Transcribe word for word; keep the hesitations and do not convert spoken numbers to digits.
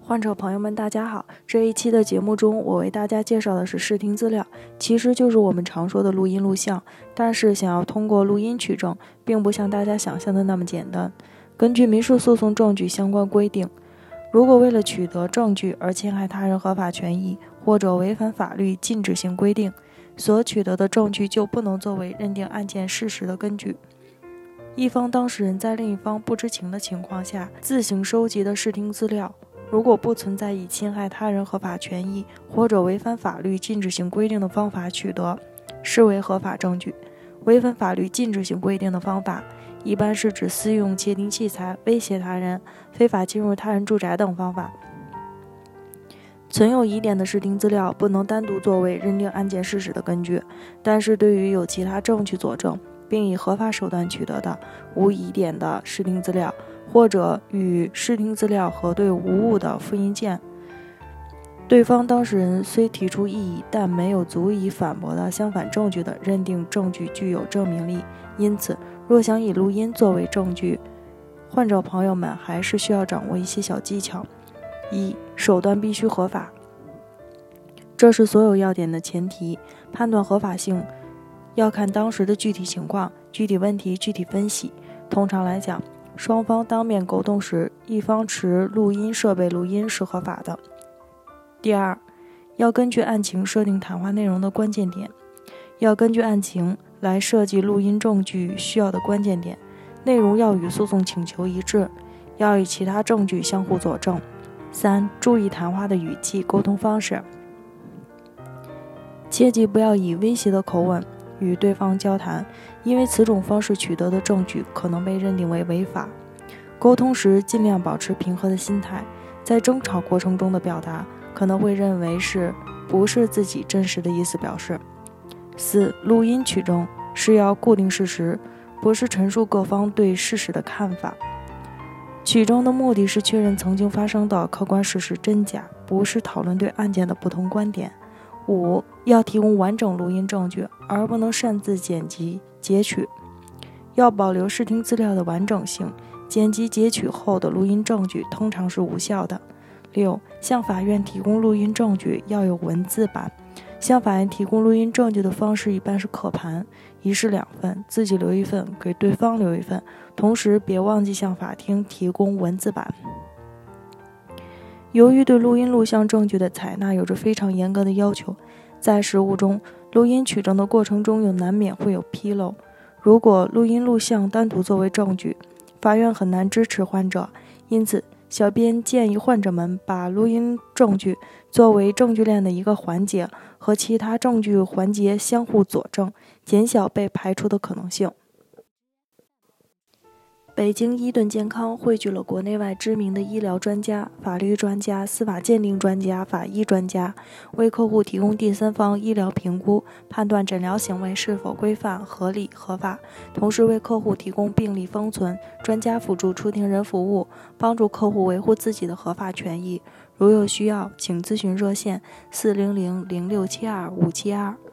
患者朋友们大家好，这一期的节目中我为大家介绍的是视听资料，其实就是我们常说的录音录像，但是想要通过录音取证并不像大家想象的那么简单。根据民事诉讼证据相关规定，如果为了取得证据而侵害他人合法权益或者违反法律禁止性规定，所取得的证据就不能作为认定案件事实的根据。一方当事人在另一方不知情的情况下自行收集的视听资料，如果不存在以侵害他人合法权益或者违反法律禁止性规定的方法取得，视为合法证据。违反法律禁止性规定的方法，一般是指私用窃听器材、威胁他人、非法进入他人住宅等方法。存有疑点的视听资料不能单独作为认定案件事实的根据，但是对于有其他证据佐证并以合法手段取得的无疑点的视听资料，或者与视听资料核对无误的复印件，对方当事人虽提出异议，但没有足以反驳的相反证据的，认定证据具有证明力。因此，若想以录音作为证据，患者朋友们还是需要掌握一些小技巧。一、手段必须合法，这是所有要点的前提。判断合法性要看当时的具体情况、具体问题具体分析。通常来讲，双方当面沟通时，一方持录音设备录音是合法的。第二，要根据案情设定谈话内容的关键点，要根据案情来设计录音证据需要的关键点，内容要与诉讼请求一致，要与其他证据相互佐证。三、注意谈话的语气、沟通方式，切记不要以威胁的口吻与对方交谈，因为此种方式取得的证据可能被认定为违法。沟通时尽量保持平和的心态，在争吵过程中的表达可能会认为是不是自己真实的意思表示。四、录音取证是要固定事实，不是陈述各方对事实的看法。取证的目的是确认曾经发生的客观事实真假，不是讨论对案件的不同观点。五、要提供完整录音证据，而不能擅自剪辑截取，要保留视听资料的完整性，剪辑截取后的录音证据通常是无效的。六、向法院提供录音证据要有文字版，向法院提供录音证据的方式一般是刻盘，一式两份，自己留一份，给对方留一份，同时别忘记向法庭提供文字版。由于对录音录像证据的采纳有着非常严格的要求，在实务中，录音取证的过程中又难免会有纰漏。如果录音录像单独作为证据，法院很难支持患者，因此小编建议患者们把录音证据作为证据链的一个环节，和其他证据环节相互佐证，减小被排除的可能性。北京伊顿健康汇聚了国内外知名的医疗专家、法律专家、司法鉴定专家、法医专家，为客户提供第三方医疗评估，判断诊疗行为是否规范、合理、合法，同时为客户提供病历封存、专家辅助出庭人服务，帮助客户维护自己的合法权益。如有需要，请咨询热线四零零零六七二五七二。